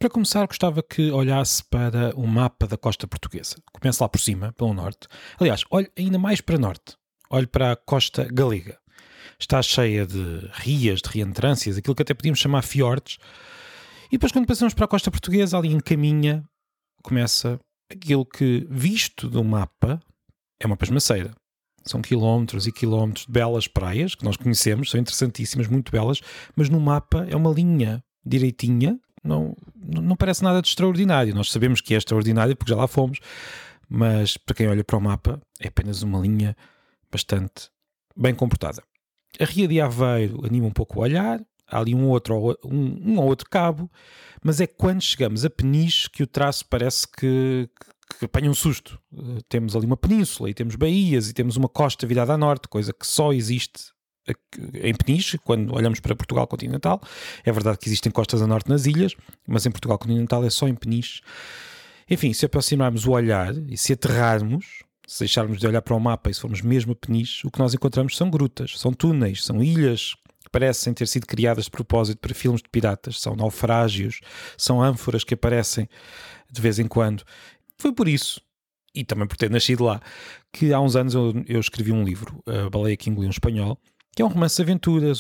para começar, gostava que olhasse para o mapa da costa portuguesa. Comece lá por cima, pelo norte. Aliás, olhe ainda mais para norte. Olhe para a costa galega. Está cheia de rias, de reentrâncias, aquilo que até podíamos chamar fiordes. E depois, quando passamos para a costa portuguesa, ali em Caminha, começa aquilo que, visto do mapa, é uma pasmaceira. São quilómetros e quilómetros de belas praias, que nós conhecemos, são interessantíssimas, muito belas, mas no mapa é uma linha direitinha, não parece nada de extraordinário. Nós sabemos que é extraordinário porque já lá fomos, mas para quem olha para o mapa é apenas uma linha bastante bem comportada. A Ria de Aveiro anima um pouco o olhar, há ali um ou outro cabo, mas é quando chegamos a Peniche que o traço parece que apanha um susto. Temos ali uma península e temos baías e temos uma costa virada a norte, coisa que só existe em Peniche, quando olhamos para Portugal continental. É verdade que existem costas a norte nas ilhas, mas em Portugal continental é só em Peniche. Enfim, se aproximarmos o olhar e se aterrarmos, se deixarmos de olhar para o mapa e se formos mesmo a Peniche, o que nós encontramos são grutas, são túneis, são ilhas que parecem ter sido criadas de propósito para filmes de piratas, são naufrágios, são ânforas que aparecem de vez em quando. Foi por isso, e também por ter nascido lá, que há uns anos eu escrevi um livro, A Baleia que Engoliu um Espanhol, que é um romance de aventuras,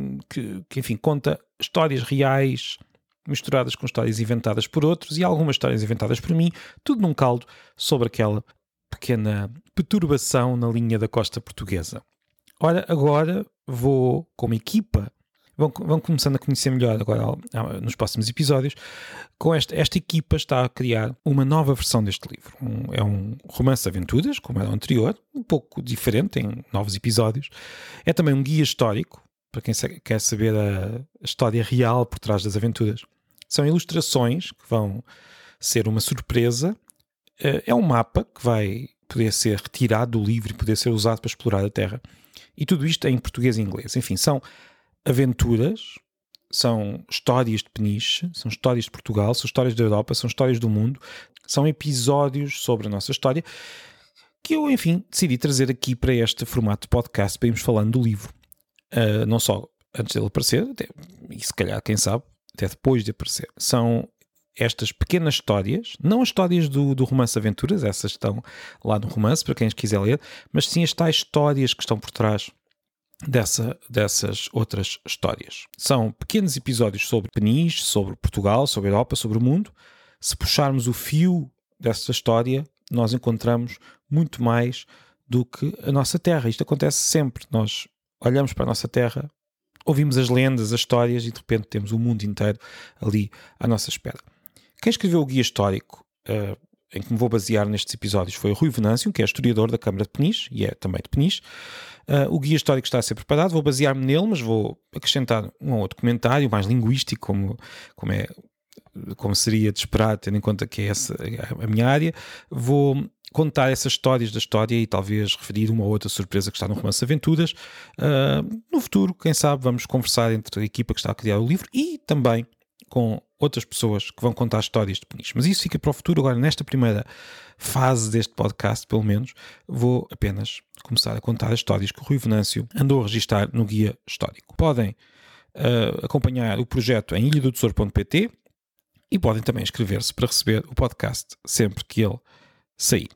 que enfim, conta histórias reais misturadas com histórias inventadas por outros e algumas histórias inventadas por mim, tudo num caldo sobre aquela pequena perturbação na linha da costa portuguesa. Ora, agora vou com uma equipa, vão começando a conhecer melhor agora nos próximos episódios, com esta equipa está a criar uma nova versão deste livro. É um romance de aventuras, como era o anterior, um pouco diferente, em novos episódios. É também um guia histórico, para quem quer saber a história real por trás das aventuras. São ilustrações que vão ser uma surpresa. É um mapa que vai poder ser retirado do livro e poder ser usado para explorar a Terra. E tudo isto é em português e inglês. Enfim, são aventuras, são histórias de Peniche, são histórias de Portugal, são histórias da Europa, são histórias do mundo, são episódios sobre a nossa história que eu, enfim, decidi trazer aqui para este formato de podcast para irmos falando do livro. Não só antes dele aparecer, e se calhar, quem sabe, até depois de aparecer. São estas pequenas histórias, não as histórias do romance Aventuras, essas estão lá no romance, para quem as quiser ler, mas sim as tais histórias que estão por trás dessas outras histórias. São pequenos episódios sobre Peniche, sobre Portugal, sobre a Europa, sobre o mundo. Se puxarmos o fio dessa história, nós encontramos muito mais do que a nossa terra. Isto acontece sempre. Nós olhamos para a nossa terra, ouvimos as lendas, as histórias e de repente temos o mundo inteiro ali à nossa espera. Quem escreveu o guia histórico em que me vou basear nestes episódios foi o Rui Venâncio, que é historiador da Câmara de Peniche e é também de Peniche. O guia histórico está a ser preparado, vou basear-me nele, mas vou acrescentar um ou outro comentário mais linguístico, como seria de esperar, tendo em conta que é essa a minha área. Vou contar essas histórias da história e talvez referir uma ou outra surpresa que está no romance Aventuras. No futuro, quem sabe, vamos conversar entre a equipa que está a criar o livro e também com outras pessoas que vão contar histórias de Peniche. Mas isso fica para o futuro. Agora, nesta primeira fase deste podcast, pelo menos, vou apenas começar a contar as histórias que o Rui Venâncio andou a registar no guia histórico. Podem acompanhar o projeto em ilhadotesouro.pt e podem também inscrever-se para receber o podcast sempre que ele sair.